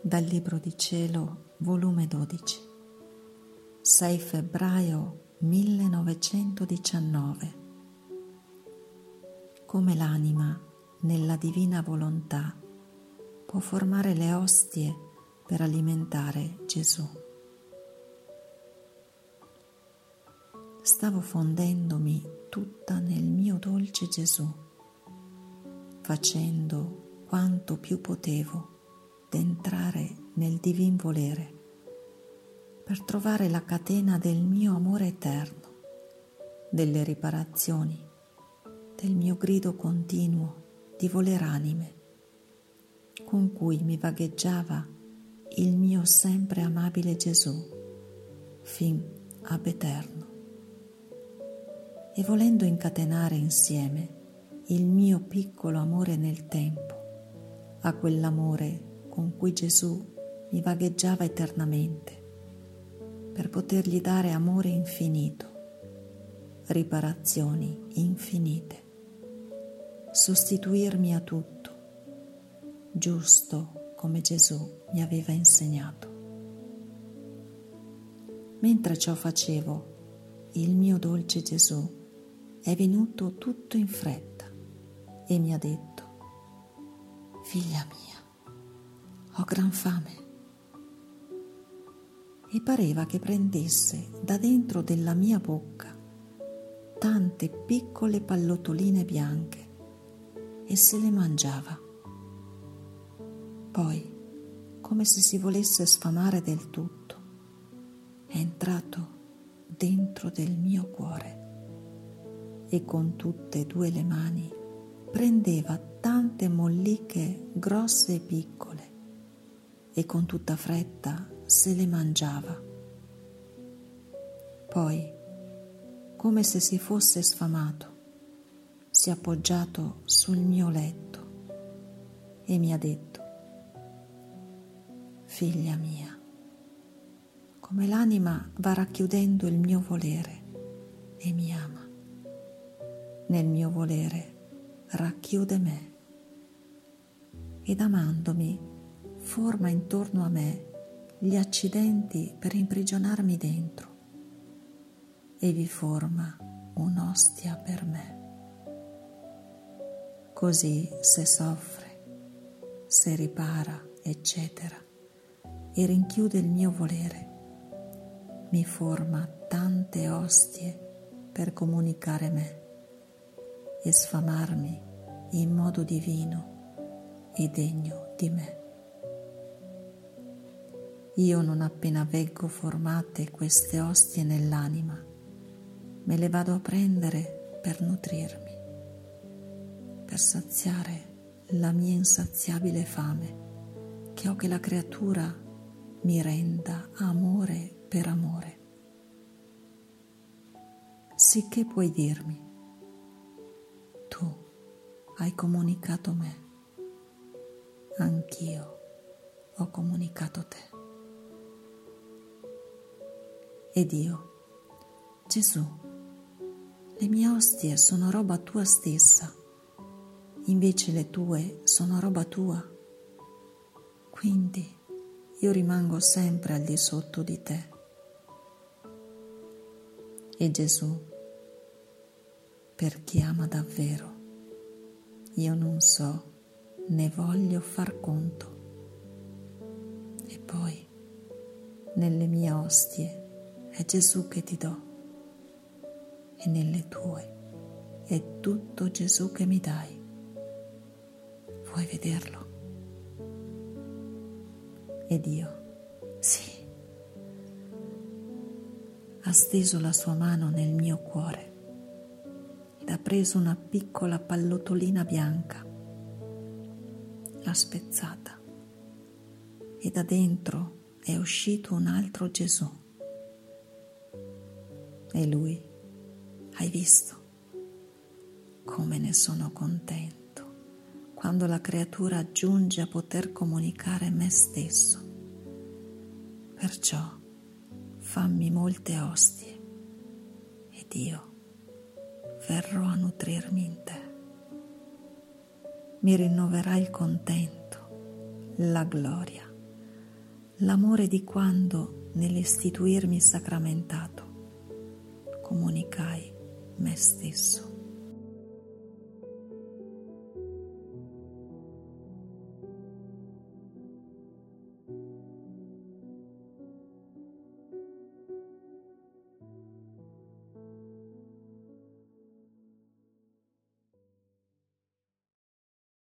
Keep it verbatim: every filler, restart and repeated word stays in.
Dal Libro di Cielo, volume dodici, sei febbraio millenovecentodiciannove. Come l'anima, nella divina volontà, può formare le ostie per alimentare Gesù. Stavo fondendomi tutta nel mio dolce Gesù, facendo quanto più potevo d'entrare nel divin volere per trovare la catena del mio amore eterno, delle riparazioni, del mio grido continuo di voler anime, con cui mi vagheggiava il mio sempre amabile Gesù fin ab eterno. E volendo incatenare insieme il mio piccolo amore nel tempo a quell'amore con cui Gesù mi vagheggiava eternamente, per potergli dare amore infinito, riparazioni infinite, sostituirmi a tutto, giusto come Gesù mi aveva insegnato. Mentre ciò facevo, il mio dolce Gesù è venuto tutto in fretta e mi ha detto: «Figlia mia, ho gran fame». E pareva che prendesse da dentro della mia bocca tante piccole pallottoline bianche e se le mangiava. Poi, come se si volesse sfamare del tutto, è entrato dentro del mio cuore e con tutte e due le mani prendeva tante molliche grosse e piccole e con tutta fretta se le mangiava. Poi, come se si fosse sfamato, si è appoggiato sul mio letto e mi ha detto: «Figlia mia, come l'anima va racchiudendo il mio volere e mi ama, nel mio volere racchiude me ed amandomi forma intorno a me gli accidenti per imprigionarmi dentro e vi forma un'ostia per me. Così se soffre, se ripara, eccetera, e rinchiude il mio volere, mi forma tante ostie per comunicare me e sfamarmi in modo divino e degno di me. Io non appena veggo formate queste ostie nell'anima, me le vado a prendere per nutrirmi, per saziare la mia insaziabile fame, che ho che la creatura mi renda amore per amore. Sicché puoi dirmi: tu hai comunicato me, anch'io ho comunicato te. Ed io: Gesù, le mie ostie sono roba tua stessa, invece le tue sono roba tua, quindi io rimango sempre al di sotto di te. E Gesù: per chi ama davvero, io non so né voglio far conto. E poi, nelle mie ostie è Gesù che ti do, e nelle tue è tutto Gesù che mi dai. Vuoi vederlo? Ed io: sì. Ha steso la sua mano nel mio cuore ed ha preso una piccola pallottolina bianca, l'ha spezzata e da dentro è uscito un altro Gesù. E lui, hai visto come ne sono contento quando la creatura giunge a poter comunicare me stesso. Perciò fammi molte ostie ed io verrò a nutrirmi in te. Mi rinnoverai il contento, la gloria, l'amore di quando, nell'istituirmi sacramentato, comunicai me stesso.